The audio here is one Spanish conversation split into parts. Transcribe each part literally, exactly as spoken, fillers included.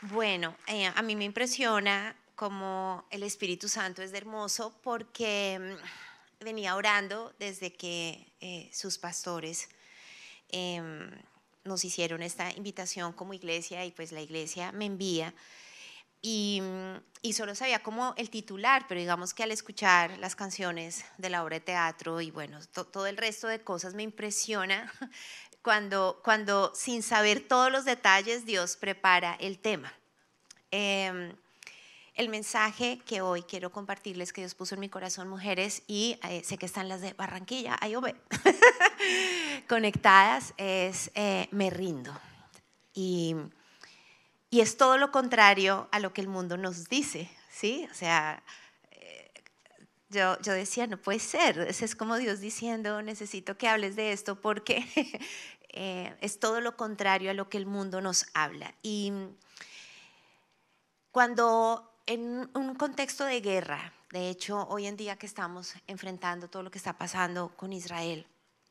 Bueno, eh, a mí me impresiona cómo el Espíritu Santo es de hermoso porque mm, venía orando desde que eh, sus pastores em, nos hicieron esta invitación como iglesia y pues la iglesia me envía y, mm, y solo sabía como el titular, pero digamos que al escuchar las canciones de la obra de teatro y bueno, to- todo el resto de cosas me impresiona cuando, cuando sin saber todos los detalles Dios prepara el tema. Em, el mensaje que hoy quiero compartirles que Dios puso en mi corazón, mujeres, y eh, sé que están las de Barranquilla, ahí ve, conectadas, es eh, me rindo. Y, y es todo lo contrario a lo que el mundo nos dice, ¿sí? O sea, yo, yo decía, no puede ser, ese es como Dios diciendo, necesito que hables de esto porque eh, es todo lo contrario a lo que el mundo nos habla. Y cuando en un contexto de guerra, de hecho hoy en día que estamos enfrentando todo lo que está pasando con Israel,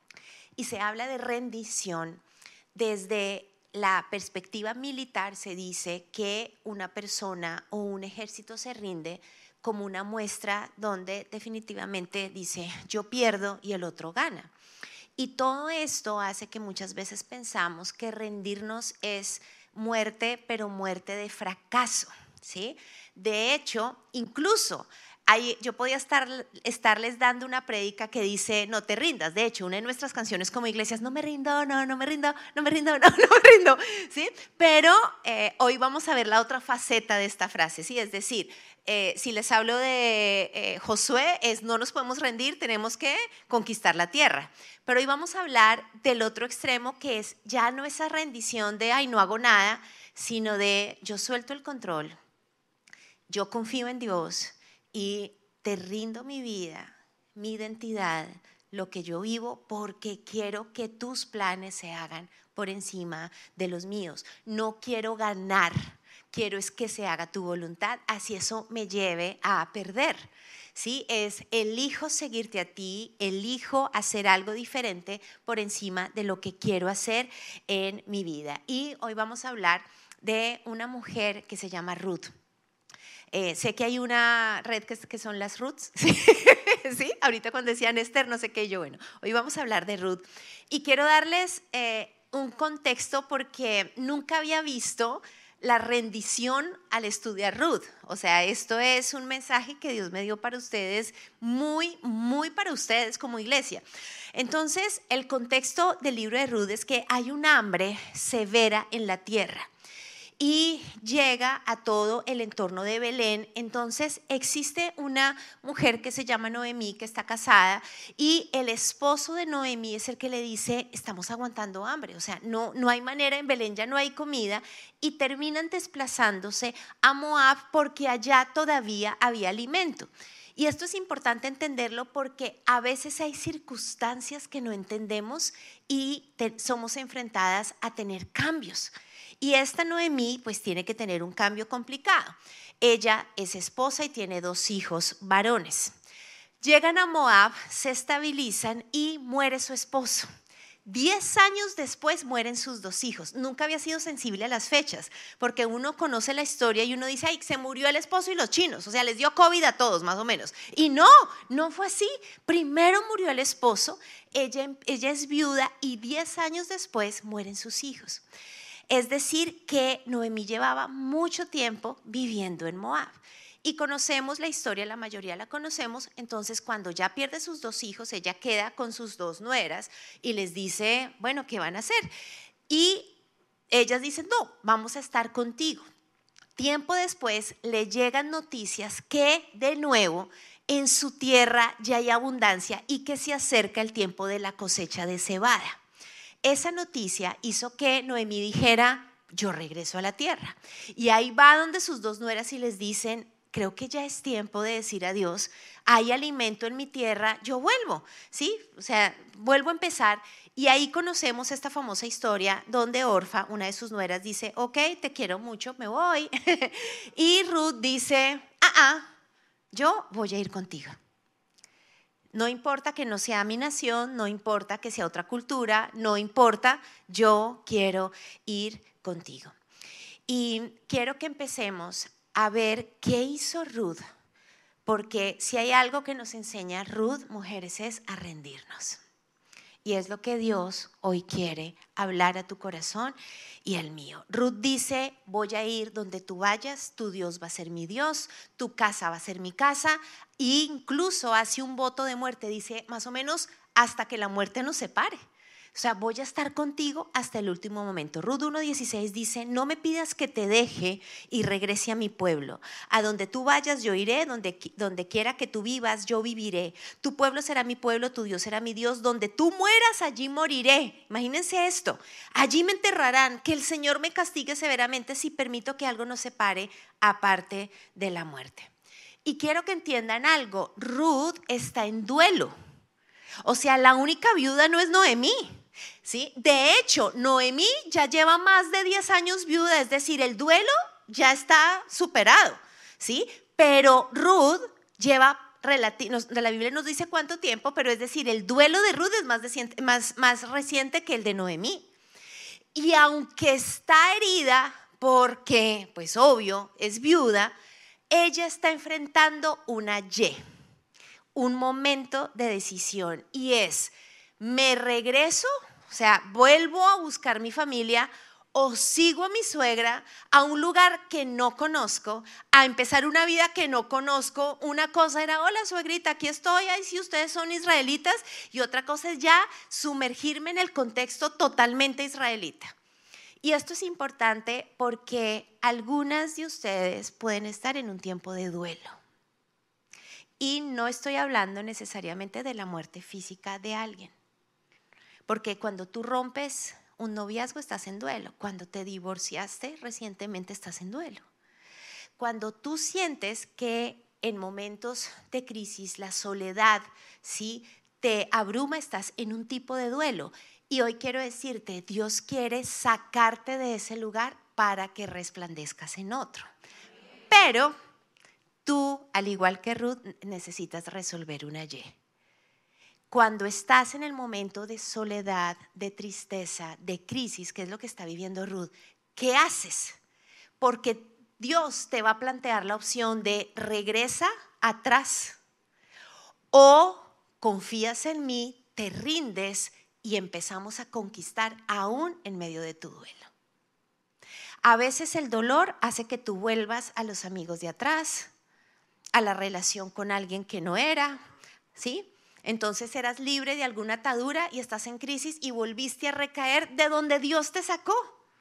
y se habla de rendición, desde la perspectiva militar se dice que una persona o un ejército se rinde como una muestra donde definitivamente dice yo pierdo y el otro gana. Y todo esto hace que muchas veces pensamos que rendirnos es muerte, pero muerte de fracaso, ¿sí? De hecho, incluso ahí yo podía estar, estarles dando una prédica que dice, no te rindas. De hecho, una de nuestras canciones como iglesias, no me rindo, no, no me rindo, no me rindo, no, no me rindo, ¿sí? Pero eh, hoy vamos a ver la otra faceta de esta frase, ¿sí? Es decir, eh, si les hablo de eh, Josué, es no nos podemos rendir, tenemos que conquistar la tierra. Pero hoy vamos a hablar del otro extremo, que es ya no esa rendición de, ay, no hago nada, sino de, yo suelto el control, yo confío en Dios y te rindo mi vida, mi identidad, lo que yo vivo, porque quiero que tus planes se hagan por encima de los míos. No quiero ganar, quiero es que se haga tu voluntad, así eso me lleve a perder. ¿Sí? Es elijo seguirte a ti, elijo hacer algo diferente por encima de lo que quiero hacer en mi vida. Y hoy vamos a hablar de una mujer que se llama Ruth. Eh, sé que hay una red que, que son las Ruths, ¿sí? ¿Sí? Ahorita cuando decían Esther, no sé qué, yo, bueno, hoy vamos a hablar de Ruth. Y quiero darles eh, un contexto porque nunca había visto la rendición al estudiar Ruth. O sea, esto es un mensaje que Dios me dio para ustedes, muy, muy para ustedes como iglesia. Entonces, el contexto del libro de Ruth es que hay un hambre severa en la tierra y llega a todo el entorno de Belén. Entonces existe una mujer que se llama Noemí, que está casada, y el esposo de Noemí es el que le dice, estamos aguantando hambre, o sea, no, no hay manera, en Belén ya no hay comida, y terminan desplazándose a Moab porque allá todavía había alimento. Y esto es importante entenderlo porque a veces hay circunstancias que no entendemos y te, somos enfrentadas a tener cambios. Y esta Noemí pues tiene que tener un cambio complicado. Ella es esposa y tiene dos hijos varones. Llegan a Moab, se estabilizan y muere su esposo. Diez años después mueren sus dos hijos. Nunca había sido sensible a las fechas, porque uno conoce la historia y uno dice, ay, se murió el esposo y los chinos, o sea, les dio COVID a todos, más o menos. Y no, no fue así. Primero murió el esposo, ella, ella es viuda y diez años después mueren sus hijos. Es decir, que Noemí llevaba mucho tiempo viviendo en Moab. Y conocemos la historia, la mayoría la conocemos. Entonces, cuando ya pierde sus dos hijos, ella queda con sus dos nueras y les dice, bueno, ¿qué van a hacer? Y ellas dicen, no, vamos a estar contigo. Tiempo después le llegan noticias que de nuevo en su tierra ya hay abundancia y que se acerca el tiempo de la cosecha de cebada. Esa noticia hizo que Noemí dijera, yo regreso a la tierra. Y ahí va donde sus dos nueras y les dicen, creo que ya es tiempo de decir adiós, hay alimento en mi tierra, yo vuelvo, ¿sí? O sea, vuelvo a empezar. Y ahí conocemos esta famosa historia donde Orfa, una de sus nueras, dice, ok, te quiero mucho, me voy. Y Ruth dice, ah, ah, yo voy a ir contigo. No importa que no sea mi nación, no importa que sea otra cultura, no importa, yo quiero ir contigo. Y quiero que empecemos a ver qué hizo Ruth, porque si hay algo que nos enseña Ruth, mujeres, es a rendirnos. Y es lo que Dios hoy quiere hablar a tu corazón y al mío. Ruth dice, voy a ir donde tú vayas, tu Dios va a ser mi Dios, tu casa va a ser mi casa. E incluso hace un voto de muerte, dice más o menos hasta que la muerte nos separe. O sea, voy a estar contigo hasta el último momento. Ruth uno dieciséis dice, no me pidas que te deje y regrese a mi pueblo. A donde tú vayas yo iré, donde, donde quiera que tú vivas yo viviré. Tu pueblo será mi pueblo, tu Dios será mi Dios. Donde tú mueras allí moriré. Imagínense esto, allí me enterrarán. Que el Señor me castigue severamente si permito que algo nos separe aparte de la muerte. Y quiero que entiendan algo, Ruth está en duelo. O sea, la única viuda no es Noemí. ¿Sí? De hecho, Noemí ya lleva más de diez años viuda, es decir, el duelo ya está superado, ¿sí? Pero Ruth lleva, la Biblia nos dice cuánto tiempo, pero es decir, el duelo de Ruth es más, reciente, más, más reciente que el de Noemí. Y aunque está herida, porque, pues obvio, es viuda, ella está enfrentando una Y, un momento de decisión, y es, ¿me regreso? O sea, vuelvo a buscar mi familia o sigo a mi suegra a un lugar que no conozco, a empezar una vida que no conozco. Una cosa era, hola suegrita, aquí estoy, ay, si ustedes son israelitas, y otra cosa es ya sumergirme en el contexto totalmente israelita. Y esto es importante porque algunas de ustedes pueden estar en un tiempo de duelo. Y no estoy hablando necesariamente de la muerte física de alguien. Porque cuando tú rompes un noviazgo estás en duelo. Cuando te divorciaste recientemente estás en duelo. Cuando tú sientes que en momentos de crisis la soledad, ¿sí?, te abruma, estás en un tipo de duelo. Y hoy quiero decirte, Dios quiere sacarte de ese lugar para que resplandezcas en otro. Pero tú, al igual que Ruth, necesitas resolver una Y. Cuando estás en el momento de soledad, de tristeza, de crisis, que es lo que está viviendo Ruth, ¿qué haces? Porque Dios te va a plantear la opción de regresa atrás o confías en mí, te rindes y empezamos a conquistar aún en medio de tu duelo. A veces el dolor hace que tú vuelvas a los amigos de atrás, a la relación con alguien que no era, ¿sí? Entonces eras libre de alguna atadura y estás en crisis y volviste a recaer de donde Dios te sacó.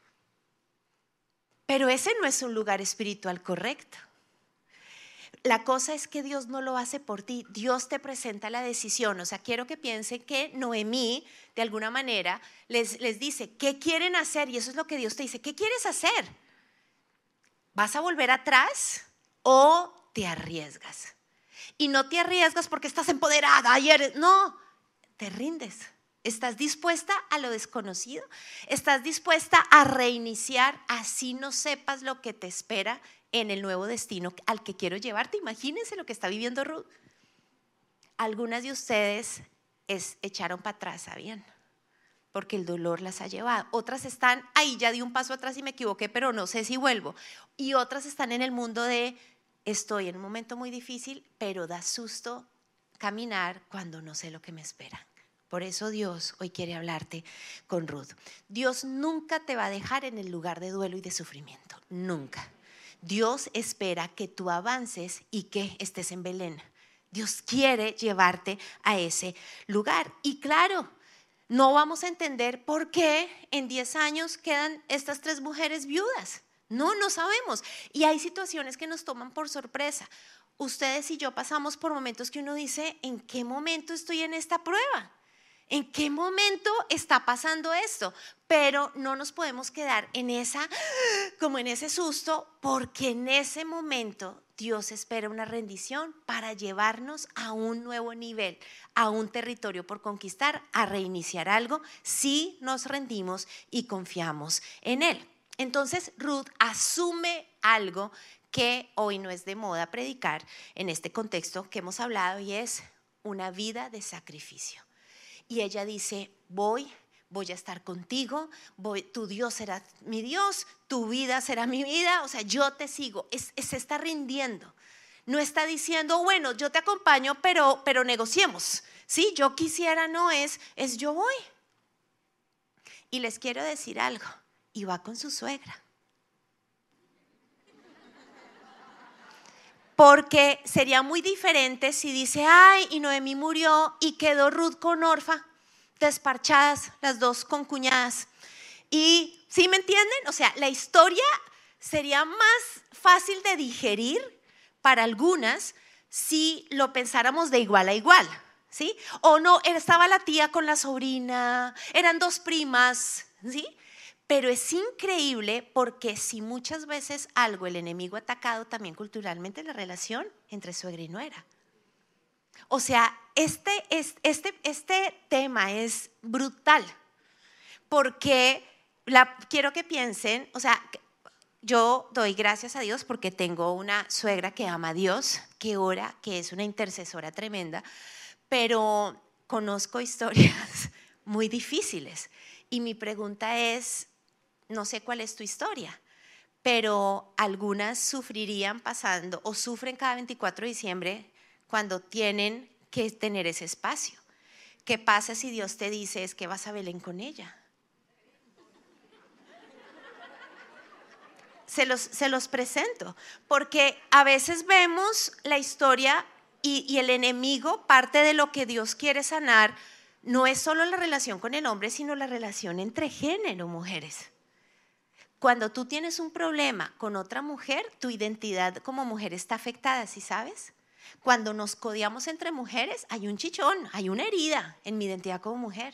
Pero ese no es un lugar espiritual correcto. La cosa es que Dios no lo hace por ti, Dios te presenta la decisión. O sea, quiero que piensen que Noemí, de alguna manera, les, les dice, ¿qué quieren hacer? Y eso es lo que Dios te dice, ¿qué quieres hacer? ¿Vas a volver atrás o te arriesgas? Y no te arriesgas porque estás empoderada y eres, no, te rindes. ¿Estás dispuesta a lo desconocido? ¿Estás dispuesta a reiniciar así no sepas lo que te espera en el nuevo destino al que quiero llevarte? Imagínense lo que está viviendo Ruth. Algunas de ustedes es, echaron para atrás, ¿sabían? Porque el dolor las ha llevado. Otras están, ahí ya di un paso atrás y me equivoqué, pero no sé si vuelvo. Y otras están en el mundo de, estoy en un momento muy difícil, pero da susto caminar cuando no sé lo que me espera. Por eso Dios hoy quiere hablarte con Ruth. Dios nunca te va a dejar en el lugar de duelo y de sufrimiento, nunca. Dios espera que tú avances y que estés en Belén. Dios quiere llevarte a ese lugar. Y claro, no vamos a entender por qué en diez años quedan estas tres mujeres viudas. No, no sabemos. Y hay situaciones que nos toman por sorpresa. Ustedes y yo pasamos por momentos que uno dice, ¿en qué momento estoy en esta prueba? ¿En qué momento está pasando esto? Pero no nos podemos quedar en esa, como en ese susto, porque en ese momento Dios espera una rendición para llevarnos a un nuevo nivel, a un territorio por conquistar, a reiniciar algo, si nos rendimos y confiamos en Él. Entonces Ruth asume algo que hoy no es de moda predicar en este contexto que hemos hablado, y es una vida de sacrificio. Y ella dice, voy voy a estar contigo, voy, tu Dios será mi Dios, tu vida será mi vida, o sea, yo te sigo. Es, es, se está rindiendo. No está diciendo, bueno, yo te acompaño, pero, pero negociemos. Sí, yo quisiera, no es, es yo voy. Y les quiero decir algo, y va con su suegra. Porque sería muy diferente si dice, ay, y Noemí murió y quedó Ruth con Orfa, desparchadas, las dos concuñadas. Y, ¿sí me entienden? O sea, la historia sería más fácil de digerir para algunas si lo pensáramos de igual a igual, ¿sí? O no, estaba la tía con la sobrina, eran dos primas, ¿sí? Pero es increíble porque si muchas veces algo el enemigo ha atacado también culturalmente la relación entre suegra y nuera. O sea, este, este, este tema es brutal porque la, quiero que piensen, o sea, yo doy gracias a Dios porque tengo una suegra que ama a Dios, que ora, que es una intercesora tremenda, pero conozco historias muy difíciles y mi pregunta es, no sé cuál es tu historia, pero algunas sufrirían pasando o sufren cada veinticuatro de diciembre cuando tienen que tener ese espacio. ¿Qué pasa si Dios te dice es que vas a Belén con ella? Se los, se los presento, porque a veces vemos la historia y, y el enemigo, parte de lo que Dios quiere sanar, no es solo la relación con el hombre, sino la relación entre género, mujeres. Cuando tú tienes un problema con otra mujer, tu identidad como mujer está afectada, ¿sí sabes? Cuando nos codeamos entre mujeres, hay un chichón, hay una herida en mi identidad como mujer.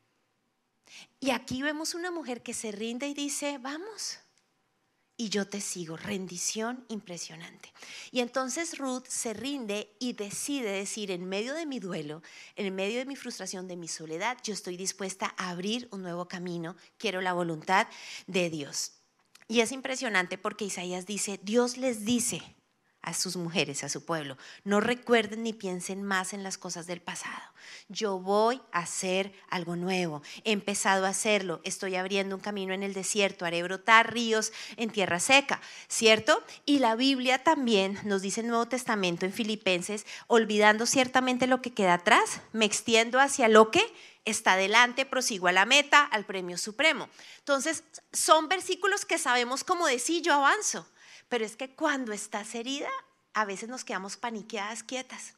Y aquí vemos una mujer que se rinde y dice, vamos, y yo te sigo, rendición impresionante. Y entonces Ruth se rinde y decide decir, en medio de mi duelo, en medio de mi frustración, de mi soledad, yo estoy dispuesta a abrir un nuevo camino, quiero la voluntad de Dios. Y es impresionante porque Isaías dice, Dios les dice a sus mujeres, a su pueblo, no recuerden ni piensen más en las cosas del pasado. Yo voy a hacer algo nuevo, he empezado a hacerlo, estoy abriendo un camino en el desierto, haré brotar ríos en tierra seca, ¿cierto? Y la Biblia también nos dice en el Nuevo Testamento, en Filipenses, olvidando ciertamente lo que queda atrás, me extiendo hacia lo que está adelante, prosigo a la meta, al premio supremo. Entonces, son versículos que sabemos cómo decir, yo avanzo. Pero es que cuando estás herida, a veces nos quedamos paniqueadas, quietas.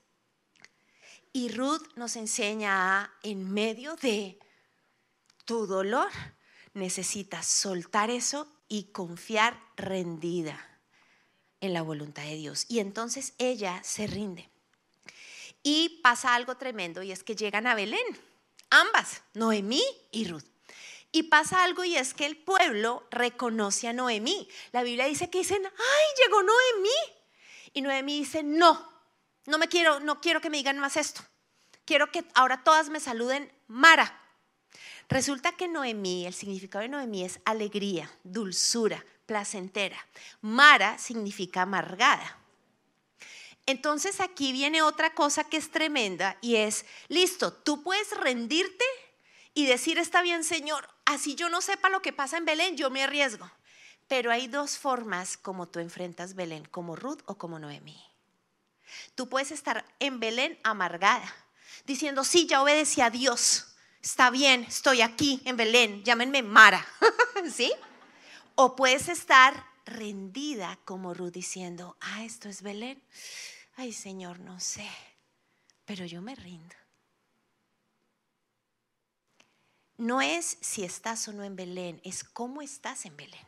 Y Ruth nos enseña a, en medio de tu dolor, necesitas soltar eso y confiar rendida en la voluntad de Dios. Y entonces ella se rinde. Y pasa algo tremendo y es que llegan a Belén, ambas, Noemí y Ruth. Y pasa algo y es que el pueblo reconoce a Noemí. La Biblia dice que dicen, ay, llegó Noemí. Y Noemí dice, no, no me quiero, no quiero que me digan más esto. Quiero que ahora todas me saluden Mara. Resulta que Noemí, el significado de Noemí es alegría, dulzura, placentera. Mara significa amargada. Entonces aquí viene otra cosa que es tremenda y es, listo, tú puedes rendirte y decir, está bien, Señor, así yo no sepa lo que pasa en Belén, yo me arriesgo. Pero hay dos formas como tú enfrentas Belén, como Ruth o como Noemí. Tú puedes estar en Belén amargada, diciendo, sí, ya obedecí a Dios, está bien, estoy aquí en Belén, llámenme Mara, ¿sí? O puedes estar rendida como Ruth diciendo, ah, esto es Belén, ay, Señor, no sé, pero yo me rindo. No es si estás o no en Belén, es cómo estás en Belén.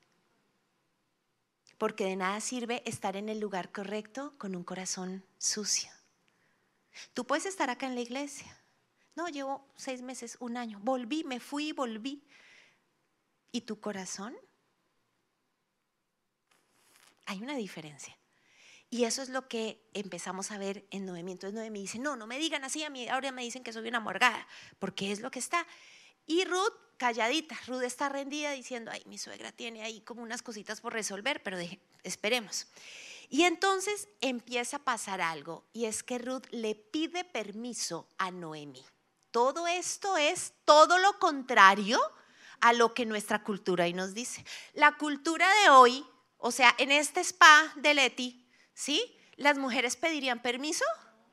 Porque de nada sirve estar en el lugar correcto con un corazón sucio. Tú puedes estar acá en la iglesia. No, llevo seis meses, un año. Volví, me fui y volví. ¿Y tu corazón? Hay una diferencia. Y eso es lo que empezamos a ver en Noemí. Entonces Noemí dice, no, no me digan así, a mí ahora me dicen que soy una amargada, porque es lo que está. Y Ruth, calladita, Ruth está rendida diciendo, ay, mi suegra tiene ahí como unas cositas por resolver, pero deje, esperemos. Y entonces empieza a pasar algo, y es que Ruth le pide permiso a Noemí. todo esto es todo lo contrario a lo que nuestra cultura hoy nos dice. La cultura de hoy, o sea, en este spa de Leti, ¿sí? ¿Las mujeres pedirían permiso?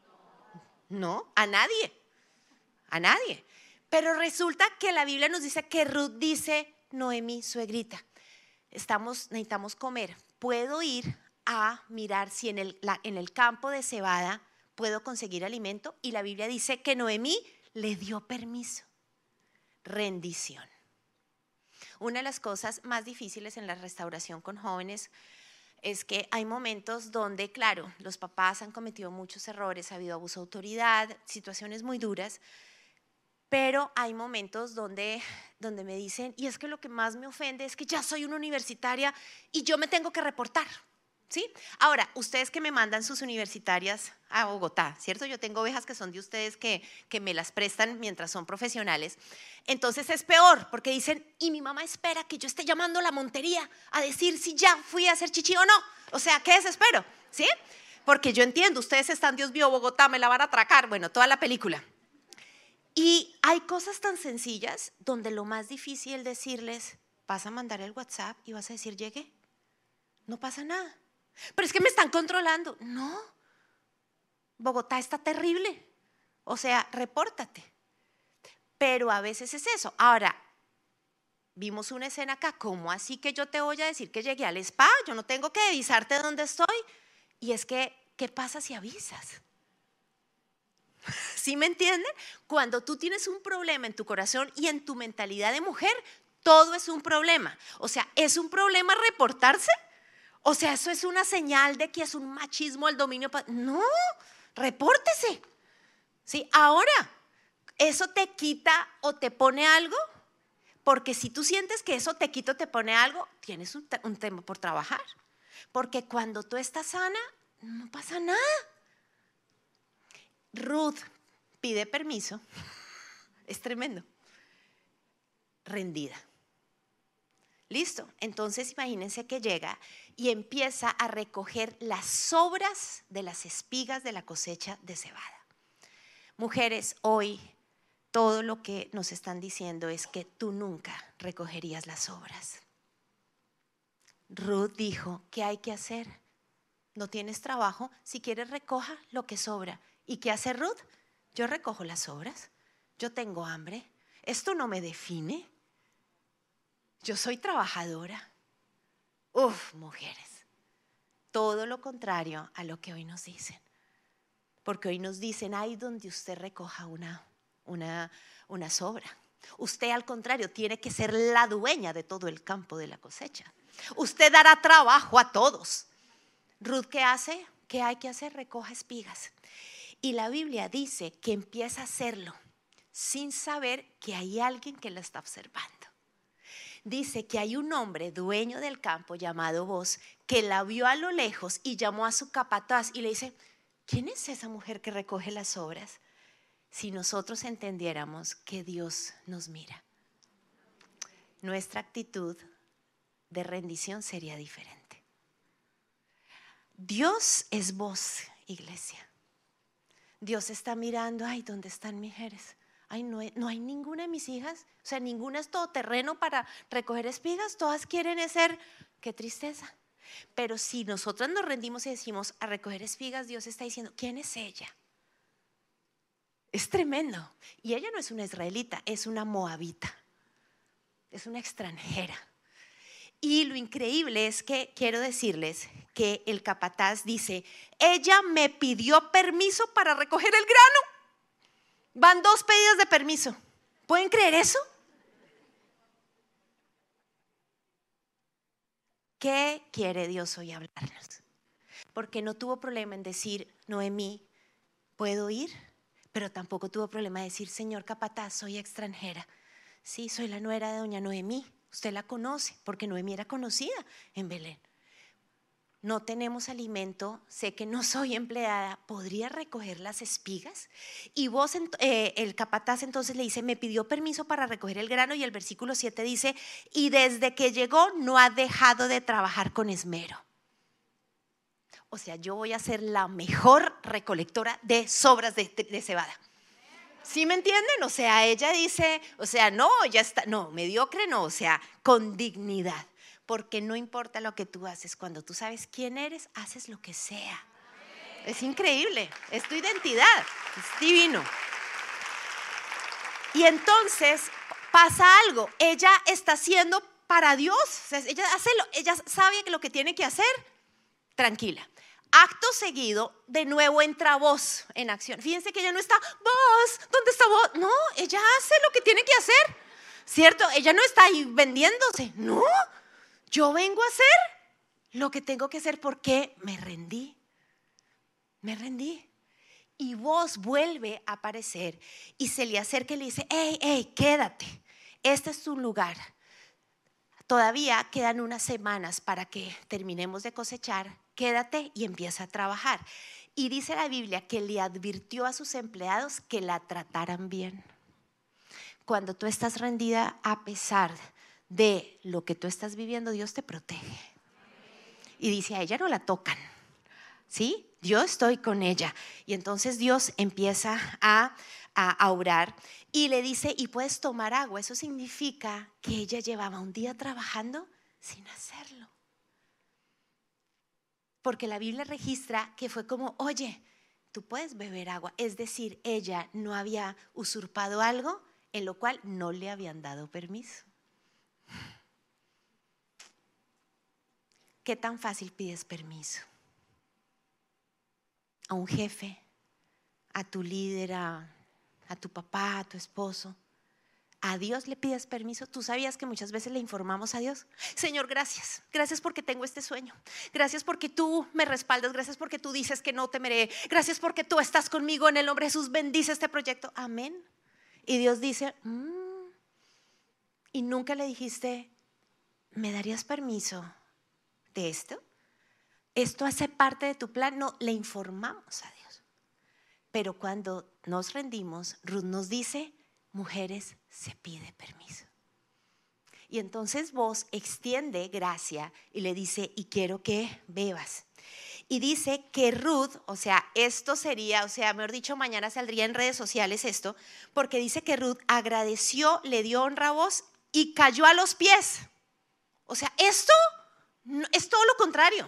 No, a nadie, a nadie. Pero resulta que la Biblia nos dice que Ruth dice, Noemí, suegrita, estamos, necesitamos comer. ¿Puedo ir a mirar si en el, la, en el campo de cebada puedo conseguir alimento? Y la Biblia dice que Noemí le dio permiso. Rendición. Una de las cosas más difíciles en la restauración con jóvenes es que hay momentos donde, claro, los papás han cometido muchos errores, ha habido abuso de autoridad, situaciones muy duras, pero hay momentos donde, donde me dicen, y es que lo que más me ofende es que ya soy una universitaria y yo me tengo que reportar, ¿sí? Ahora, ustedes que me mandan sus universitarias a Bogotá, ¿cierto? Yo tengo ovejas que son de ustedes que, que me las prestan mientras son profesionales. Entonces es peor, porque dicen, y mi mamá espera que yo esté llamando a la Montería a decir si ya fui a hacer chichi o no. O sea, qué desespero, ¿sí? Porque yo entiendo, ustedes están, Dios mío, Bogotá, me la van a atracar, bueno, toda la película. Y hay cosas tan sencillas donde lo más difícil es decirles, vas a mandar el WhatsApp y vas a decir, llegué. No pasa nada. Pero es que me están controlando. No, Bogotá está terrible. O sea, repórtate. Pero a veces es eso. Ahora, vimos una escena acá. ¿Cómo así que yo te voy a decir que llegué al spa? Yo no tengo que avisarte dónde estoy. Y es que, ¿qué pasa si avisas? ¿Sí me entienden? Cuando tú tienes un problema en tu corazón y en tu mentalidad de mujer, todo es un problema. O sea, ¿es un problema reportarse? O sea, ¿eso es una señal de que es un machismo, el dominio? No, repórtese. ¿Sí? Ahora, ¿eso te quita o te pone algo? Porque si tú sientes que eso te quita o te pone algo, tienes un, un tema por trabajar. Porque cuando tú estás sana, no pasa nada. Ruth pide permiso, es tremendo, rendida. Listo, entonces imagínense que llega y empieza a recoger las sobras de las espigas de la cosecha de cebada. Mujeres, hoy todo lo que nos están diciendo es que tú nunca recogerías las sobras. Ruth dijo, ¿qué hay que hacer? No tienes trabajo, si quieres recoja lo que sobra. ¿Y qué hace Ruth? Yo recojo las sobras, yo tengo hambre, esto no me define, yo soy trabajadora. Uf, mujeres, todo lo contrario a lo que hoy nos dicen. Porque hoy nos dicen, ahí donde usted recoja una, una, una sobra. Usted al contrario tiene que ser la dueña de todo el campo de la cosecha. Usted dará trabajo a todos. Ruth, ¿qué hace? ¿Qué hay que hacer? Recoja espigas. Y la Biblia dice que empieza a hacerlo sin saber que hay alguien que la está observando. Dice que hay un hombre dueño del campo llamado Boz que la vio a lo lejos y llamó a su capataz y le dice, ¿quién es esa mujer que recoge las sobras? Si nosotros entendiéramos que Dios nos mira, nuestra actitud de rendición sería diferente. Dios es Boz, iglesia. Dios está mirando, ay, ¿dónde están mis mujeres? Ay, no hay, no hay ninguna de mis hijas, o sea, ninguna es todoterreno para recoger espigas, todas quieren ser, qué tristeza. Pero si nosotros nos rendimos y decimos a recoger espigas, Dios está diciendo, ¿quién es ella? Es tremendo. Y ella no es una israelita, es una moabita, es una extranjera. Y lo increíble es que quiero decirles que el capataz dice, ella me pidió permiso para recoger el grano. Van dos pedidos de permiso. ¿Pueden creer eso? ¿Qué quiere Dios hoy hablarnos? Porque no tuvo problema en decir, Noemí, ¿puedo ir? Pero tampoco tuvo problema en decir, señor capataz, soy extranjera. Sí, soy la nuera de doña Noemí. Usted la conoce, porque Noemí era conocida en Belén. No tenemos alimento, sé que no soy empleada, ¿podría recoger las espigas? Y vos, eh, el capataz entonces le dice, me pidió permiso para recoger el grano, y el versículo siete dice, y desde que llegó no ha dejado de trabajar con esmero. O sea, yo voy a ser la mejor recolectora de sobras de, de, de cebada. ¿Sí me entienden? O sea, ella dice, o sea, no, ya está, no, mediocre no, o sea, con dignidad. Porque no importa lo que tú haces, cuando tú sabes quién eres, haces lo que sea. Es increíble, es tu identidad, es divino. Y entonces pasa algo, ella está haciendo para Dios, o sea, ella, hace lo, ella sabe lo que tiene que hacer, tranquila. Acto seguido, de nuevo entra voz en acción. Fíjense que ella no está, voz, ¿dónde está voz? No, ella hace lo que tiene que hacer, ¿cierto? Ella no está ahí vendiéndose, no, yo vengo a hacer lo que tengo que hacer porque me rendí, me rendí. Y voz vuelve a aparecer y se le acerca y le dice, hey, hey, quédate, este es tu lugar. Todavía quedan unas semanas para que terminemos de cosechar, quédate y empieza a trabajar. Y dice la Biblia que le advirtió a sus empleados que la trataran bien. Cuando tú estás rendida a pesar de lo que tú estás viviendo, Dios te protege. Y dice, a ella no la tocan, ¿sí? Yo estoy con ella. Y entonces Dios empieza a, a, a orar y le dice, y puedes tomar agua. Eso significa que ella llevaba un día trabajando sin hacerlo. Porque la Biblia registra que fue como, oye, tú puedes beber agua. Es decir, ella no había usurpado algo en lo cual no le habían dado permiso. ¿Qué tan fácil pides permiso? A un jefe, a tu líder, a, a tu papá, a tu esposo. ¿A Dios le pides permiso? ¿Tú sabías que muchas veces le informamos a Dios? Señor, gracias, gracias porque tengo este sueño. Gracias porque tú me respaldas, gracias porque tú dices que no temeré. Gracias porque tú estás conmigo, en el nombre de Jesús, bendice este proyecto. Amén. Y Dios dice, mmm, y nunca le dijiste, ¿me darías permiso de esto? ¿Esto hace parte de tu plan? No, le informamos a Dios. Pero cuando nos rendimos, Ruth nos dice, mujeres, se pide permiso. Y entonces vos extiende gracia y le dice, y quiero que bebas. Y dice que Ruth, o sea, esto sería, o sea, mejor dicho, mañana saldría en redes sociales esto, porque dice que Ruth agradeció, le dio honra a vos y cayó a los pies. O sea, esto es todo lo contrario.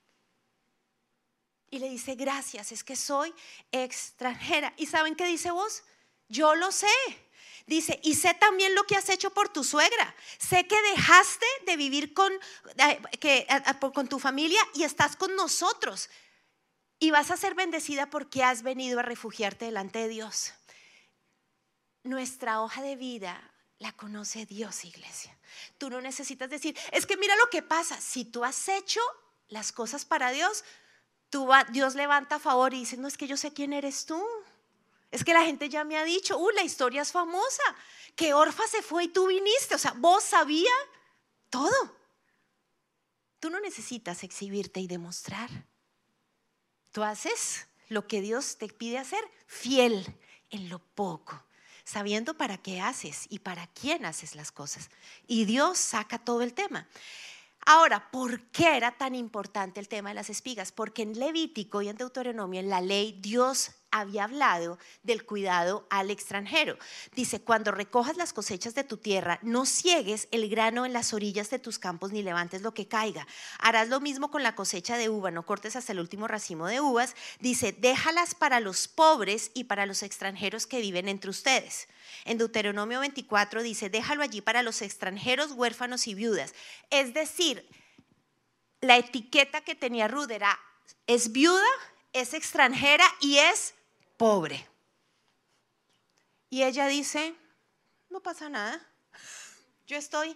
Y le dice, gracias, es que soy extranjera. ¿Y saben qué dice vos? Yo lo sé. Dice, y sé también lo que has hecho por tu suegra. Sé que dejaste de vivir con, eh, que, eh, con tu familia y estás con nosotros. Y vas a ser bendecida porque has venido a refugiarte delante de Dios. Nuestra hoja de vida la conoce Dios, iglesia. Tú no necesitas decir, es que mira lo que pasa. Si tú has hecho las cosas para Dios, tú va, Dios levanta a favor y dice, no, es que yo sé quién eres tú. Es que la gente ya me ha dicho, uh, la historia es famosa, que Orfa se fue y tú viniste. O sea, vos sabías todo. Tú no necesitas exhibirte y demostrar. Tú haces lo que Dios te pide hacer, fiel en lo poco, sabiendo para qué haces y para quién haces las cosas. Y Dios saca todo el tema. Ahora, ¿por qué era tan importante el tema de las espigas? Porque en Levítico y en Deuteronomio, en la ley, Dios había hablado del cuidado al extranjero. Dice, cuando recojas las cosechas de tu tierra, no ciegues el grano en las orillas de tus campos ni levantes lo que caiga. Harás lo mismo con la cosecha de uva, no cortes hasta el último racimo de uvas. Dice, déjalas para los pobres y para los extranjeros que viven entre ustedes. En Deuteronomio veinticuatro dice, déjalo allí para los extranjeros, huérfanos y viudas. Es decir, la etiqueta que tenía Ruth era, es viuda, es extranjera y es pobre. Y ella dice, no pasa nada, yo estoy.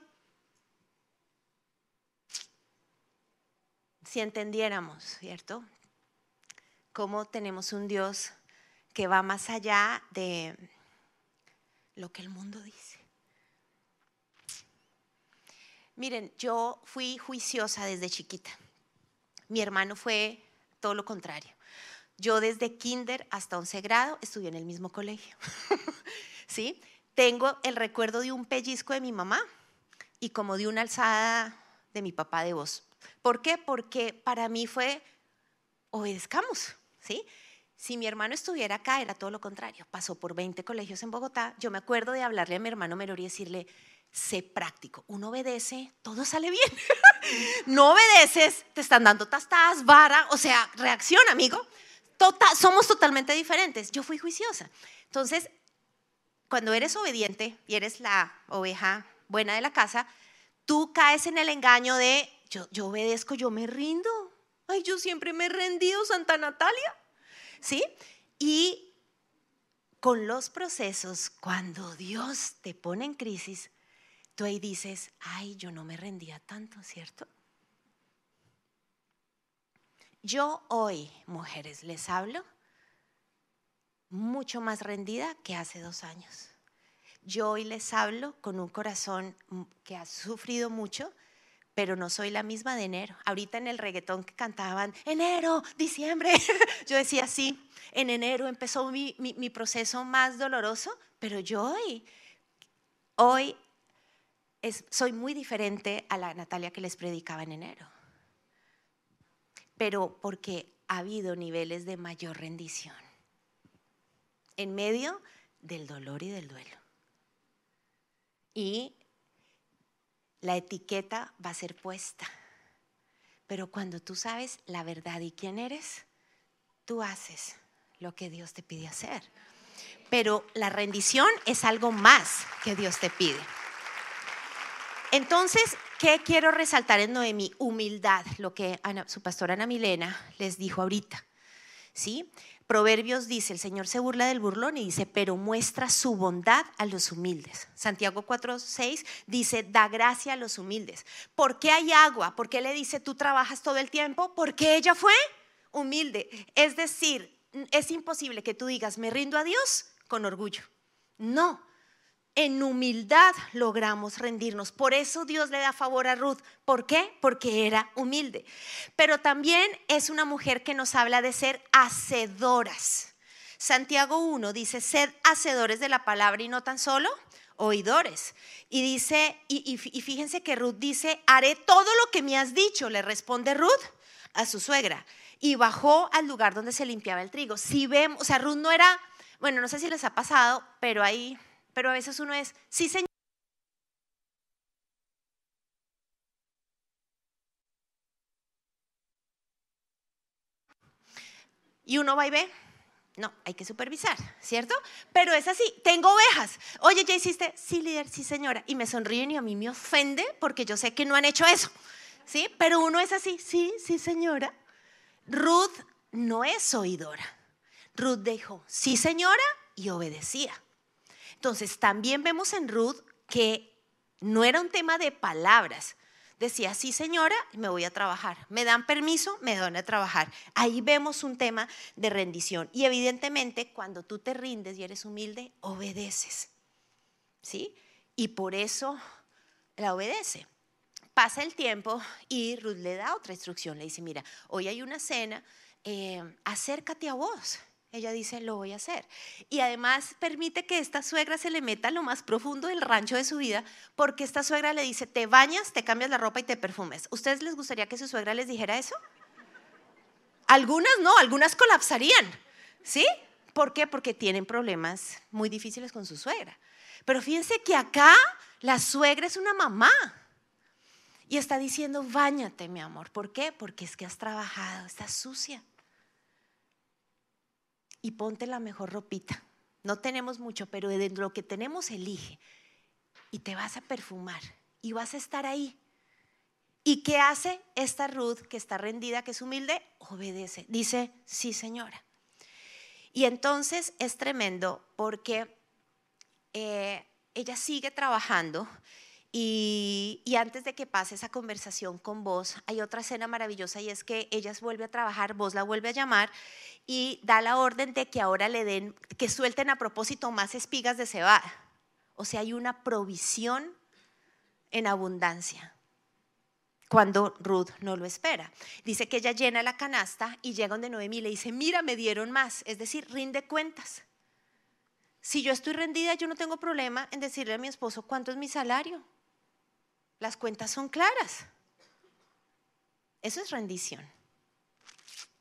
Si entendiéramos, ¿cierto? Cómo tenemos un Dios que va más allá de lo que el mundo dice. Miren, yo fui juiciosa desde chiquita. Mi hermano fue todo lo contrario. Yo desde kinder hasta once grado estudié en el mismo colegio. ¿Sí? Tengo el recuerdo de un pellizco de mi mamá y como de una alzada de mi papá de voz. ¿Por qué? Porque para mí fue, obedezcamos, ¿sí? Si mi hermano estuviera acá, era todo lo contrario. Pasó por veinte colegios en Bogotá. Yo me acuerdo de hablarle a mi hermano menor y decirle, sé práctico. Uno obedece, todo sale bien. No obedeces, te están dando tastadas, vara, o sea, reacciona, amigo. Total, somos totalmente diferentes. Yo fui juiciosa. Entonces, cuando eres obediente y eres la oveja buena de la casa, tú caes en el engaño de, yo, yo obedezco, yo me rindo. Ay, yo siempre me he rendido, Santa Natalia. ¿Sí? Y con los procesos, cuando Dios te pone en crisis, tú ahí dices, ay, yo no me rendía tanto, ¿cierto? Yo hoy, mujeres, les hablo mucho más rendida que hace dos años. Yo hoy les hablo con un corazón que ha sufrido mucho, pero no soy la misma de enero. Ahorita en el reggaetón que cantaban, enero, diciembre, yo decía sí, en enero empezó mi, mi, mi proceso más doloroso, pero yo hoy, hoy es, soy muy diferente a la Natalia que les predicaba en enero. Pero porque ha habido niveles de mayor rendición en medio del dolor y del duelo. Y la etiqueta va a ser puesta. Pero cuando tú sabes la verdad y quién eres, tú haces lo que Dios te pide hacer. Pero la rendición es algo más que Dios te pide. Entonces, ¿qué quiero resaltar en Noemí? Humildad, lo que Ana, su pastora Ana Milena les dijo ahorita. ¿Sí? Proverbios dice, el Señor se burla del burlón y dice, pero muestra su bondad a los humildes. Santiago cuatro seis dice, da gracia a los humildes. ¿Por qué hay agua? ¿Por qué le dice, tú trabajas todo el tiempo? Porque ella fue humilde. Es decir, es imposible que tú digas, me rindo a Dios con orgullo. No. En humildad logramos rendirnos. Por eso Dios le da favor a Ruth. ¿Por qué? Porque era humilde. Pero también es una mujer que nos habla de ser hacedoras. Santiago uno dice, sed hacedores de la palabra y no tan solo oidores. Y dice, y, y, y fíjense que Ruth dice, haré todo lo que me has dicho, le responde Ruth a su suegra. Y bajó al lugar donde se limpiaba el trigo. Si vemos, o sea, Ruth no era, bueno, no sé si les ha pasado, pero ahí... Pero a veces uno es, sí, Señor. Y uno va y ve, no, hay que supervisar, ¿cierto? Pero es así, tengo ovejas. Oye, ¿ya hiciste? Sí, líder, sí, señora. Y me sonríen y a mí me ofende porque yo sé que no han hecho eso, ¿sí? Pero uno es así, sí, sí, señora. Ruth no es oidora. Ruth dijo, sí, señora, y obedecía. Entonces, también vemos en Ruth que no era un tema de palabras. Decía, sí señora, me voy a trabajar. Me dan permiso, me dan a trabajar. Ahí vemos un tema de rendición. Y evidentemente, cuando tú te rindes y eres humilde, obedeces. ¿Sí? Y por eso la obedece. Pasa el tiempo y Ruth le da otra instrucción. Le dice, mira, hoy hay una cena, eh, acércate a vos. Ella dice, lo voy a hacer. Y además permite que esta suegra se le meta a lo más profundo del rancho de su vida, porque esta suegra le dice, te bañas, te cambias la ropa y te perfumes. ¿Ustedes les gustaría que su suegra les dijera eso? Algunas no, algunas colapsarían. ¿Sí? ¿Por qué? Porque tienen problemas muy difíciles con su suegra. Pero fíjense que acá la suegra es una mamá. Y está diciendo, báñate, mi amor. ¿Por qué? Porque es que has trabajado, estás sucia. Y ponte la mejor ropita. No tenemos mucho, pero de lo que tenemos elige. Y te vas a perfumar y vas a estar ahí. ¿Y qué hace esta Ruth que está rendida, que es humilde? Obedece. Dice, sí señora. Y entonces es tremendo porque eh, ella sigue trabajando. Y, y antes de que pase esa conversación con vos, hay otra escena maravillosa y es que ella vuelve a trabajar, vos la vuelve a llamar y da la orden de que ahora le den, que suelten a propósito más espigas de cebada. O sea, hay una provisión en abundancia cuando Ruth no lo espera. Dice que ella llena la canasta y llega donde Noemí y le dice, mira, me dieron más, es decir, rinde cuentas. Si yo estoy rendida, yo no tengo problema en decirle a mi esposo cuánto es mi salario. Las cuentas son claras. Eso es rendición.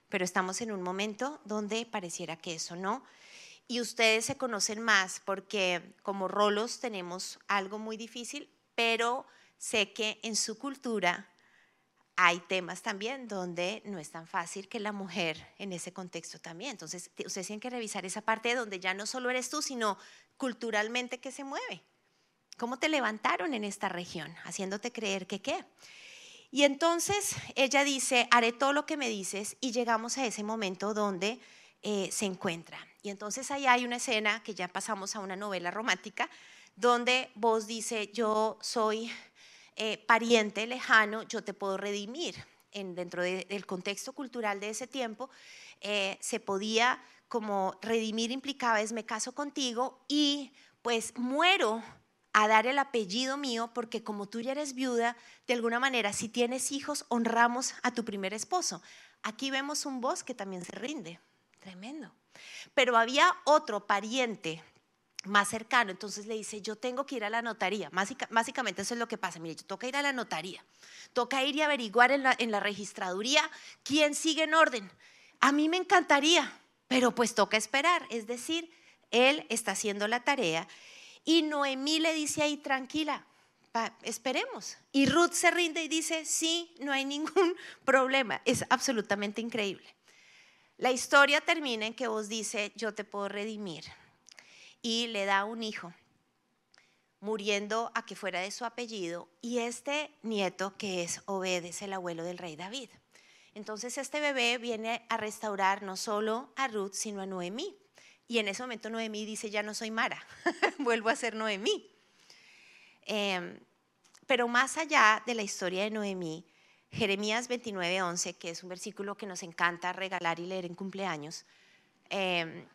pero estamos en un momento donde pareciera que eso no. Y ustedes se conocen más porque como rolos tenemos algo muy difícil, pero sé que en su cultura hay temas también donde no es tan fácil que la mujer en ese contexto también. Entonces, ustedes tienen que revisar esa parte donde ya no solo eres tú, sino culturalmente que se mueve. ¿Cómo te levantaron en esta región? Haciéndote creer que qué. Y entonces ella dice, haré todo lo que me dices, y llegamos a ese momento donde eh, se encuentra. Y entonces ahí hay una escena que ya pasamos a una novela romántica, donde Boaz dice, yo soy eh, pariente lejano, yo te puedo redimir. En, dentro de, del contexto cultural de ese tiempo, eh, se podía como redimir, implicaba es me caso contigo y pues muero a dar el apellido mío, porque como tú ya eres viuda, de alguna manera, si tienes hijos, honramos a tu primer esposo. Aquí vemos un Boaz que también se rinde, tremendo. Pero había otro pariente más cercano, entonces le dice, yo tengo que ir a la notaría. Básicamente eso es lo que pasa, mire, toca ir a la notaría, toca ir y averiguar en la, en la registraduría quién sigue en orden. A mí me encantaría, pero pues toca esperar, es decir, él está haciendo la tarea. Y Noemí le dice ahí, tranquila, pa, esperemos. Y Ruth se rinde y dice, sí, no hay ningún problema. Es absolutamente increíble. La historia termina en que Boaz dice, yo te puedo redimir. Y le da un hijo, muriendo a que fuera de su apellido. Y este nieto, que es Obed, es el abuelo del rey David. Entonces este bebé viene a restaurar no solo a Ruth, sino a Noemí. Y en ese momento Noemí dice, ya no soy Mara, vuelvo a ser Noemí. Eh, pero más allá de la historia de Noemí, Jeremías veintinueve once, que es un versículo que nos encanta regalar y leer en cumpleaños, eh,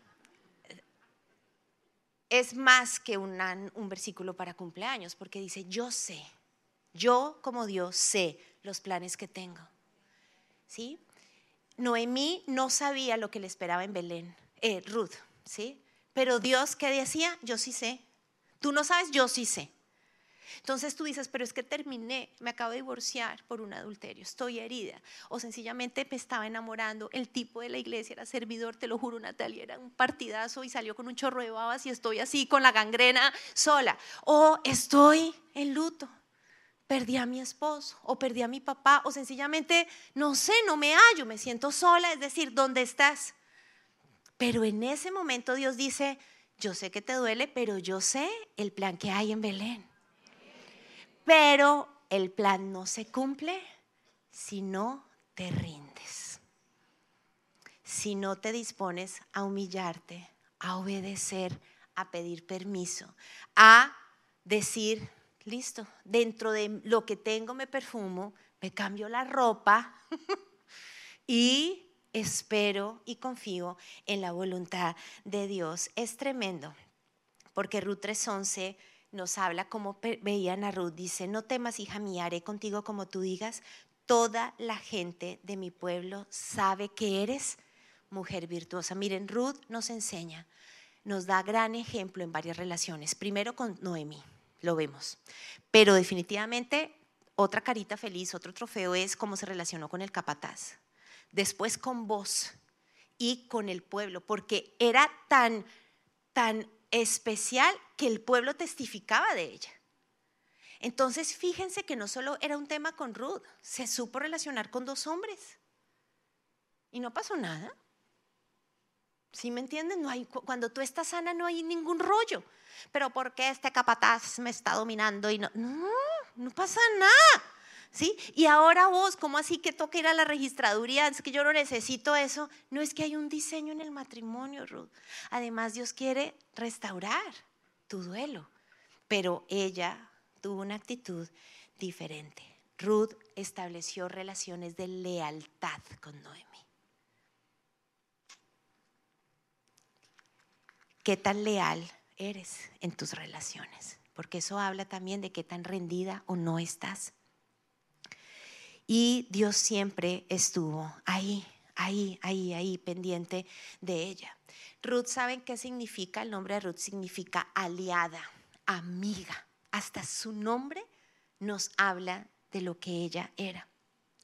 es más que una, un versículo para cumpleaños, porque dice, yo sé, yo como Dios sé los planes que tengo. ¿Sí? Noemí no sabía lo que le esperaba en Belén, eh, Ruth, ¿sí? Pero Dios, ¿qué decía? Yo sí sé. Tú no sabes, yo sí sé. Entonces tú dices, pero es que terminé, me acabo de divorciar por un adulterio, estoy herida, o sencillamente me estaba enamorando, el tipo de la iglesia era servidor, te lo juro, Natalia, era un partidazo y salió con un chorro de babas y estoy así con la gangrena sola, o estoy en luto, perdí a mi esposo, o perdí a mi papá, o sencillamente, no sé, no me hallo, me siento sola, es decir, ¿dónde estás? Pero en ese momento Dios dice, yo sé que te duele, pero yo sé el plan que hay en Belén. Pero el plan no se cumple si no te rindes, si no te dispones a humillarte, a obedecer, a pedir permiso, a decir, listo, dentro de lo que tengo me perfumo, me cambio la ropa y espero y confío en la voluntad de Dios. Es tremendo, porque Ruth tres once nos habla como veían a Ruth, dice, no temas, hija mía, haré contigo como tú digas, toda la gente de mi pueblo sabe que eres mujer virtuosa. Miren, Ruth nos enseña, nos da gran ejemplo en varias relaciones, primero con Noemí, lo vemos, pero definitivamente otra carita feliz, otro trofeo es cómo se relacionó con el capataz, después con Boaz y con el pueblo, porque era tan, tan especial que el pueblo testificaba de ella. Entonces fíjense que no solo era un tema con Ruth, se supo relacionar con dos hombres y no pasó nada. ¿Sí me entienden? No hay, cuando tú estás sana no hay ningún rollo. Pero ¿por qué este capataz me está dominando? Y no, no, no pasa nada. ¿Sí? Y ahora vos, ¿cómo así que toca ir a la registraduría? Es que yo no necesito eso. No, es que hay un diseño en el matrimonio, Ruth. Además, Dios quiere restaurar tu duelo. Pero ella tuvo una actitud diferente. Ruth estableció relaciones de lealtad con Noemí. ¿Qué tan leal eres en tus relaciones? Porque eso habla también de qué tan rendida o no estás. Y Dios siempre estuvo ahí, ahí, ahí, ahí, pendiente de ella. Ruth, ¿saben qué significa? El nombre de Ruth significa aliada, amiga. Hasta su nombre nos habla de lo que ella era.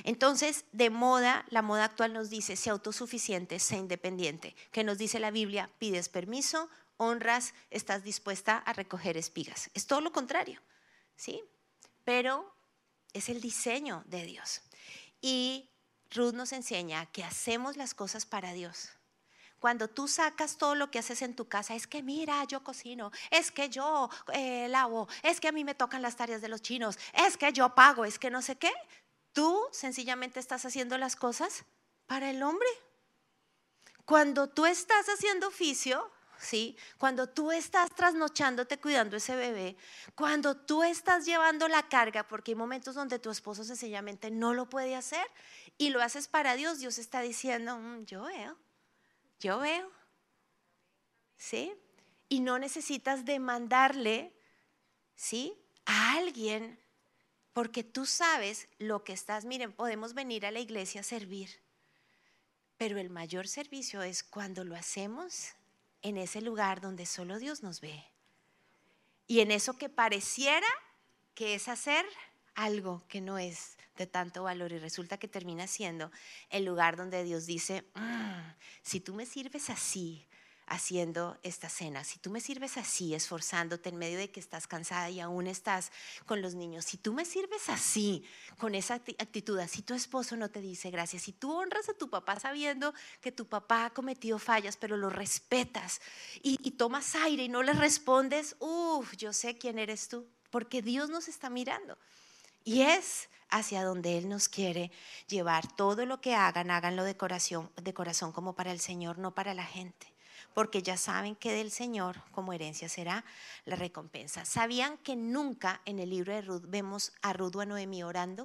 Entonces, de moda, la moda actual nos dice, sé autosuficiente, sé independiente. ¿Qué nos dice la Biblia? Pides permiso, honras, estás dispuesta a recoger espigas. Es todo lo contrario, ¿sí? Pero es el diseño de Dios. Y Ruth nos enseña que hacemos las cosas para Dios. Cuando tú sacas todo lo que haces en tu casa, es que mira, yo cocino, es que yo eh, lavo, es que a mí me tocan las tareas de los chinos, es que yo pago, es que no sé qué. Tú sencillamente estás haciendo las cosas para el hombre. Cuando tú estás haciendo oficio, ¿sí? Cuando tú estás trasnochándote cuidando ese bebé, cuando tú estás llevando la carga, porque hay momentos donde tu esposo sencillamente no lo puede hacer y lo haces para Dios, Dios está diciendo, mmm, yo veo. Yo veo, ¿sí? Y no necesitas demandarle, ¿sí?, a alguien, porque tú sabes lo que estás. Miren, podemos venir a la iglesia a servir, pero el mayor servicio es cuando lo hacemos en ese lugar donde solo Dios nos ve. Y en eso que pareciera que es hacer algo que no es de tanto valor y resulta que termina siendo el lugar donde Dios dice, mmm, si tú me sirves así haciendo esta cena, si tú me sirves así esforzándote en medio de que estás cansada y aún estás con los niños, si tú me sirves así con esa actitud, si tu esposo no te dice gracias, si tú honras a tu papá sabiendo que tu papá ha cometido fallas pero lo respetas y, y tomas aire y no le respondes, uff, yo sé quién eres tú, porque Dios nos está mirando. Y es hacia donde Él nos quiere llevar. Todo lo que hagan, háganlo de corazón, de corazón como para el Señor, no para la gente. Porque ya saben que del Señor como herencia será la recompensa. ¿Sabían que nunca en el libro de Ruth vemos a Ruth o a Noemí orando?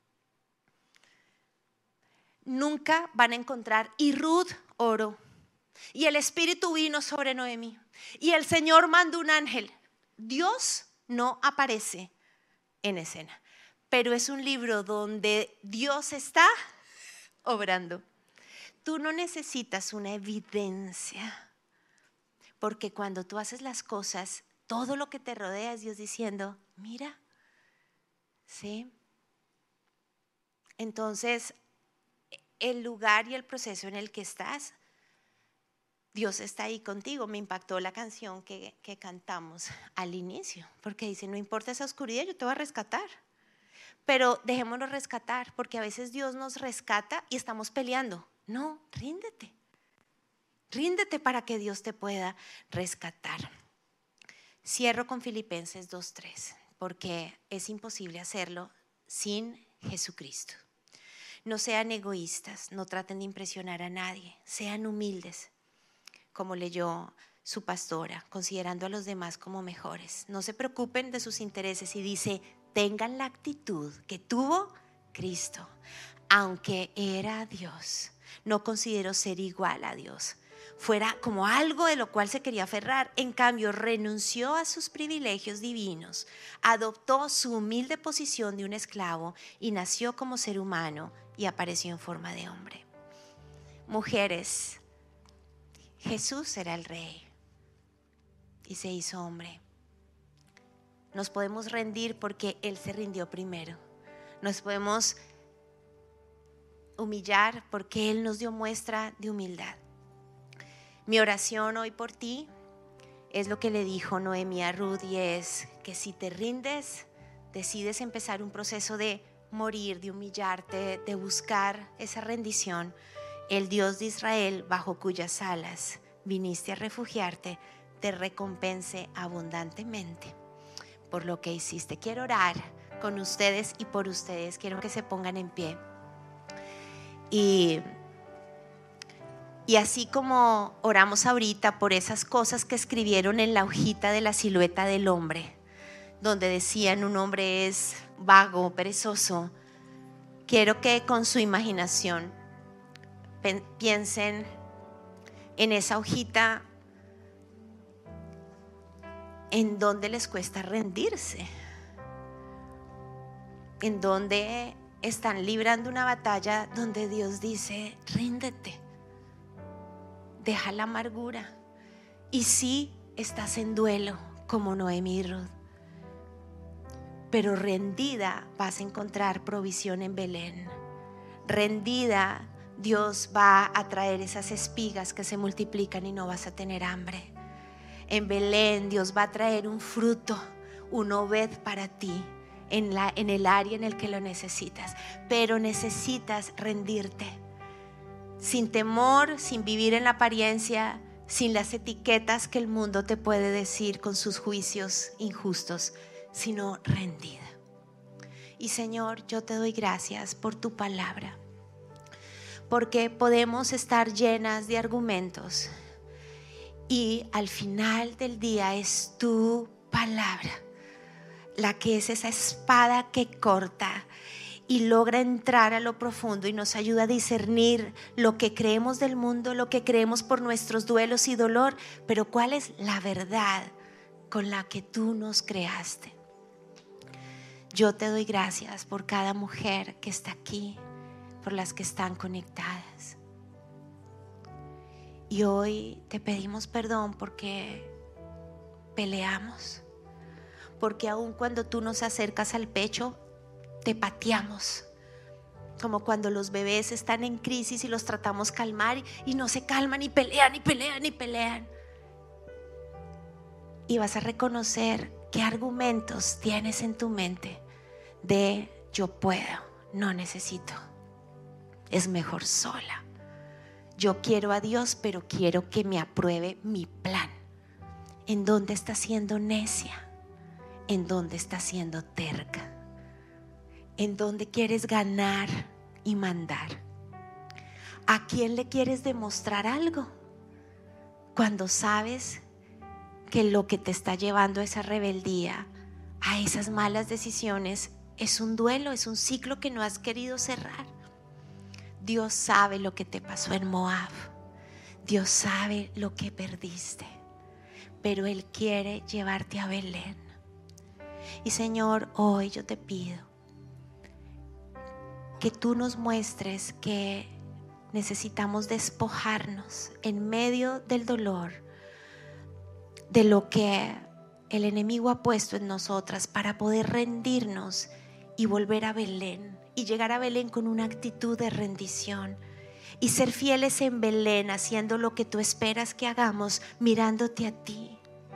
Nunca van a encontrar, y Ruth oró, y el Espíritu vino sobre Noemí, y el Señor mandó un ángel. Dios no aparece en escena. Pero es un libro donde Dios está obrando. Tú no necesitas una evidencia, porque cuando tú haces las cosas, todo lo que te rodea es Dios diciendo, mira, ¿sí? Entonces, el lugar y el proceso en el que estás, Dios está ahí contigo. Me impactó la canción que, que cantamos al inicio, porque dice, no importa esa oscuridad, yo te voy a rescatar. Pero dejémonos rescatar, porque a veces Dios nos rescata y estamos peleando. No, ríndete. Ríndete para que Dios te pueda rescatar. Cierro con Filipenses dos tres, porque es imposible hacerlo sin Jesucristo. No sean egoístas, no traten de impresionar a nadie, sean humildes, como leyó su pastora, considerando a los demás como mejores. No se preocupen de sus intereses y dice, tengan la actitud que tuvo Cristo. Aunque era Dios, no consideró ser igual a Dios. Fuera como algo de lo cual se quería aferrar. En cambio, renunció a sus privilegios divinos, adoptó su humilde posición de un esclavo y nació como ser humano y apareció en forma de hombre. Mujeres, Jesús era el rey y se hizo hombre. Nos podemos rendir porque Él se rindió primero. Nos podemos humillar porque Él nos dio muestra de humildad. Mi oración hoy por ti es lo que le dijo Noemí a Ruth, y es que si te rindes, decides empezar un proceso de morir, de humillarte, de buscar esa rendición, el Dios de Israel, bajo cuyas alas viniste a refugiarte, te recompense abundantemente por lo que hiciste. Quiero orar con ustedes y por ustedes. Quiero que se pongan en pie. Y, y así como oramos ahorita por esas cosas que escribieron en la hojita de la silueta del hombre, donde decían un hombre es vago, perezoso, quiero que con su imaginación piensen en esa hojita en donde les cuesta rendirse, en donde están librando una batalla donde Dios dice, ríndete, deja la amargura. Y sí, estás en duelo como Noemí y Ruth, pero rendida vas a encontrar provisión en Belén. Rendida, Dios va a traer esas espigas que se multiplican y no vas a tener hambre. En Belén Dios va a traer un fruto, un Obed para ti en, la, en el área en el que lo necesitas. Pero necesitas rendirte, sin temor, sin vivir en la apariencia, sin las etiquetas que el mundo te puede decir con sus juicios injustos, sino rendida. Y Señor, yo te doy gracias por tu palabra, porque podemos estar llenas de argumentos y al final del día es tu palabra la que es esa espada que corta y logra entrar a lo profundo y nos ayuda a discernir lo que creemos del mundo, lo que creemos por nuestros duelos y dolor, pero cuál es la verdad con la que tú nos creaste. Yo te doy gracias por cada mujer que está aquí, por las que están conectadas. Y hoy te pedimos perdón porque peleamos, porque aun cuando tú nos acercas al pecho, te pateamos, como cuando los bebés están en crisis y los tratamos calmar y no se calman y pelean y pelean y pelean. Y vas a reconocer qué argumentos tienes en tu mente de yo puedo, no necesito, es mejor sola. Yo quiero a Dios, pero quiero que me apruebe mi plan. ¿En dónde estás siendo necia? ¿En dónde estás siendo terca? ¿En dónde quieres ganar y mandar? ¿A quién le quieres demostrar algo? Cuando sabes que lo que te está llevando a esa rebeldía, a esas malas decisiones, es un duelo, es un ciclo que no has querido cerrar. Dios sabe lo que te pasó en Moab. Dios sabe lo que perdiste. Pero Él quiere llevarte a Belén. Y Señor, hoy yo te pido que tú nos muestres que necesitamos despojarnos en medio del dolor de lo que el enemigo ha puesto en nosotras para poder rendirnos y volver a Belén y llegar a Belén con una actitud de rendición y ser fieles en Belén, haciendo lo que tú esperas que hagamos, mirándote a ti.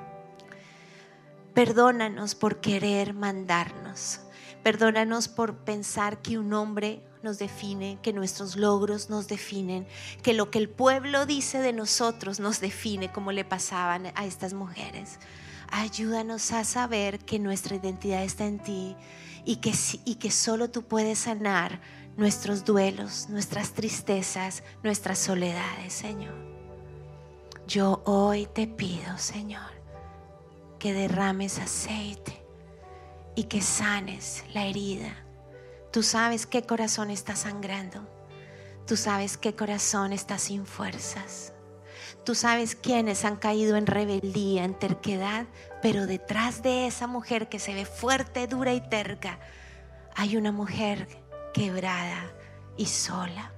Perdónanos por querer mandarnos. Perdónanos por pensar que un hombre nos define, que nuestros logros nos definen, que lo que el pueblo dice de nosotros nos define, como le pasaban a estas mujeres. Ayúdanos a saber que nuestra identidad está en ti y que, y que solo tú puedes sanar nuestros duelos, nuestras tristezas, nuestras soledades, Señor. Yo hoy te pido, Señor, que derrames aceite y que sanes la herida. Tú sabes qué corazón está sangrando. Tú sabes qué corazón está sin fuerzas. Tú sabes quiénes han caído en rebeldía, en terquedad, pero detrás de esa mujer que se ve fuerte, dura y terca, hay una mujer quebrada y sola.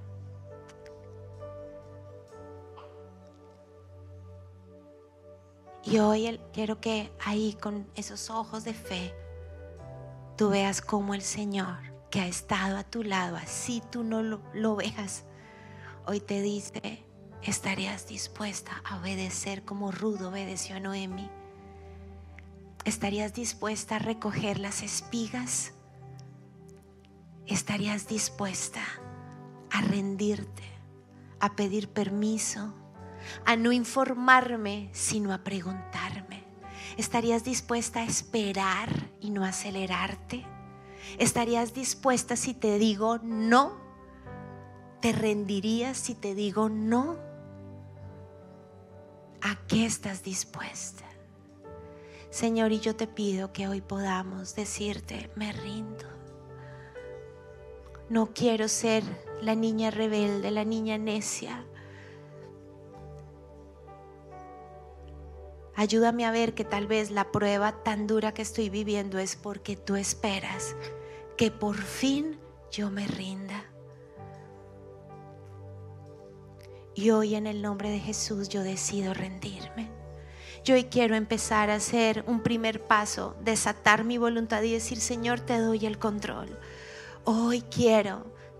Y hoy quiero que ahí con esos ojos de fe tú veas cómo el Señor, que ha estado a tu lado, así tú no lo, lo veas, hoy te dice: ¿estarías dispuesta a obedecer como Ruth obedeció a Noemi? ¿Estarías dispuesta a recoger las espigas? ¿Estarías dispuesta a rendirte, a pedir permiso, a no informarme sino a preguntarme? ¿Estarías dispuesta a esperar y no acelerarte? ¿Estarías dispuesta si te digo no? ¿Te rendirías si te digo no? ¿A qué estás dispuesta? Señor, y yo te pido que hoy podamos decirte: me rindo. No quiero ser la niña rebelde, la niña necia. Ayúdame a ver que tal vez la prueba tan dura que estoy viviendo es porque tú esperas que por fin yo me rinda. Y hoy, en el nombre de Jesús, yo decido rendirme. Yo hoy quiero empezar a hacer un primer paso, desatar mi voluntad y decir: Señor, te doy el control. Hoy quiero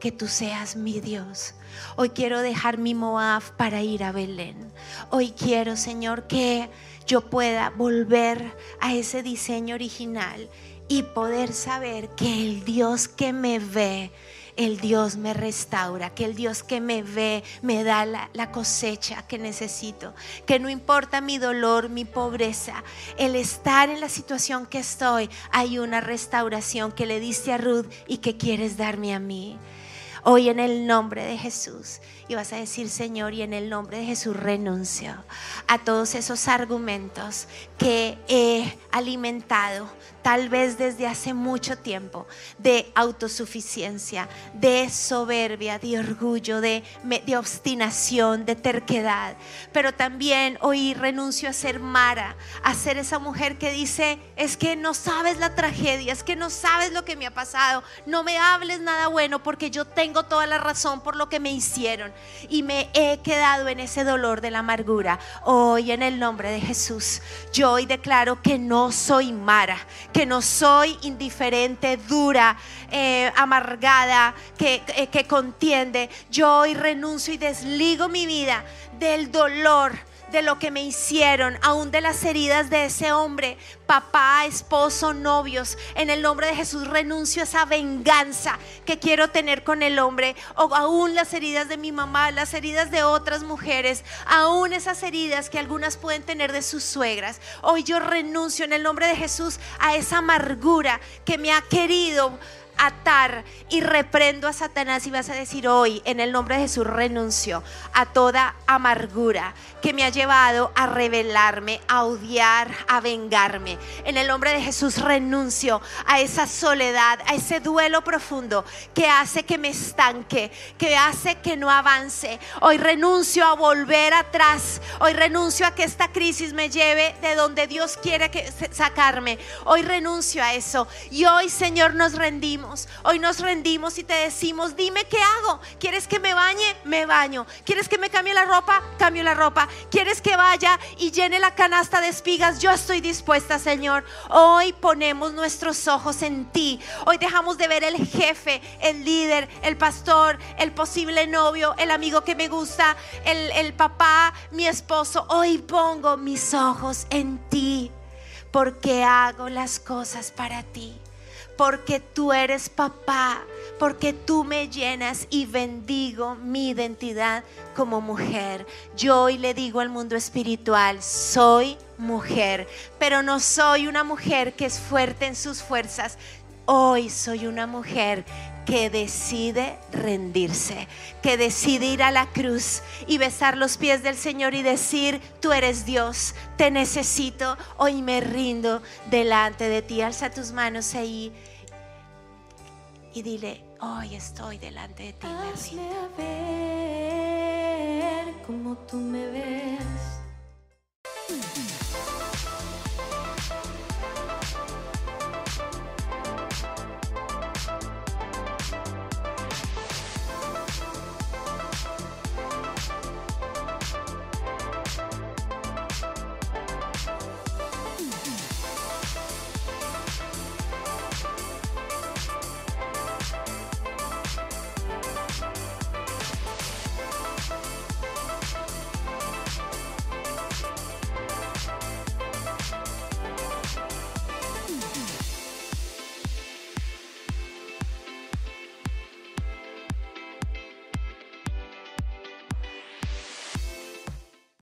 que tú seas mi Dios. Hoy quiero dejar mi Moab para ir a Belén. Hoy quiero, Señor, que yo pueda volver a ese diseño original y poder saber que el Dios que me ve, el Dios me restaura, que el Dios que me ve me da la, la cosecha que necesito, que no importa mi dolor, mi pobreza, el estar en la situación que estoy, hay una restauración que le diste a Ruth y que quieres darme a mí. Hoy en el nombre de Jesús, y vas a decir: Señor, y en el nombre de Jesús renuncio a todos esos argumentos que he alimentado, tal vez desde hace mucho tiempo, de autosuficiencia, de soberbia, de orgullo, de, de obstinación, de terquedad. Pero también hoy renuncio a ser Mara, a ser esa mujer que dice: es que no sabes la tragedia, es que no sabes lo que me ha pasado, no me hables nada bueno porque yo tengo toda la razón por lo que me hicieron y me he quedado en ese dolor de la amargura. Hoy en el nombre de Jesús, yo hoy declaro que no soy Mara, que no soy indiferente, dura, eh, amargada, que, eh, que contiende. Yo hoy renuncio y desligo mi vida del dolor, de lo que me hicieron, aún de las heridas de ese hombre, papá, esposo, novios. En el nombre de Jesús renuncio a esa venganza que quiero tener con el hombre, o aún las heridas de mi mamá, las heridas de otras mujeres, aún esas heridas que algunas pueden tener de sus suegras. Hoy yo renuncio en el nombre de Jesús a esa amargura que me ha querido atar, y reprendo a Satanás. Y vas a decir hoy en el nombre de Jesús: renuncio a toda amargura que me ha llevado a rebelarme, a odiar, a vengarme. En el nombre de Jesús renuncio a esa soledad, a ese duelo profundo que hace que me estanque, que hace que no avance. Hoy renuncio a volver atrás. Hoy renuncio a que esta crisis me lleve de donde Dios quiere que, sacarme. Hoy renuncio a eso. Y hoy, Señor, nos rendimos. Hoy nos rendimos y te decimos: dime qué hago. ¿Quieres que me bañe? Me baño. ¿Quieres que me cambie la ropa? Cambio la ropa. ¿Quieres que vaya y llene la canasta de espigas? Yo estoy dispuesta, Señor. Hoy ponemos nuestros ojos en ti. Hoy dejamos de ver el jefe, el líder, el pastor, el posible novio, el amigo que me gusta, el, el papá, mi esposo. Hoy pongo mis ojos en ti, porque hago las cosas para ti. Porque tú eres papá, porque tú me llenas, y bendigo mi identidad como mujer. Yo hoy le digo al mundo espiritual: soy mujer, pero no soy una mujer que es fuerte en sus fuerzas. Hoy soy una mujer que decide rendirse, que decide ir a la cruz y besar los pies del Señor y decir: tú eres Dios, te necesito, hoy me rindo delante de ti. Alza tus manos ahí y dile: hoy estoy delante de ti, me rindo.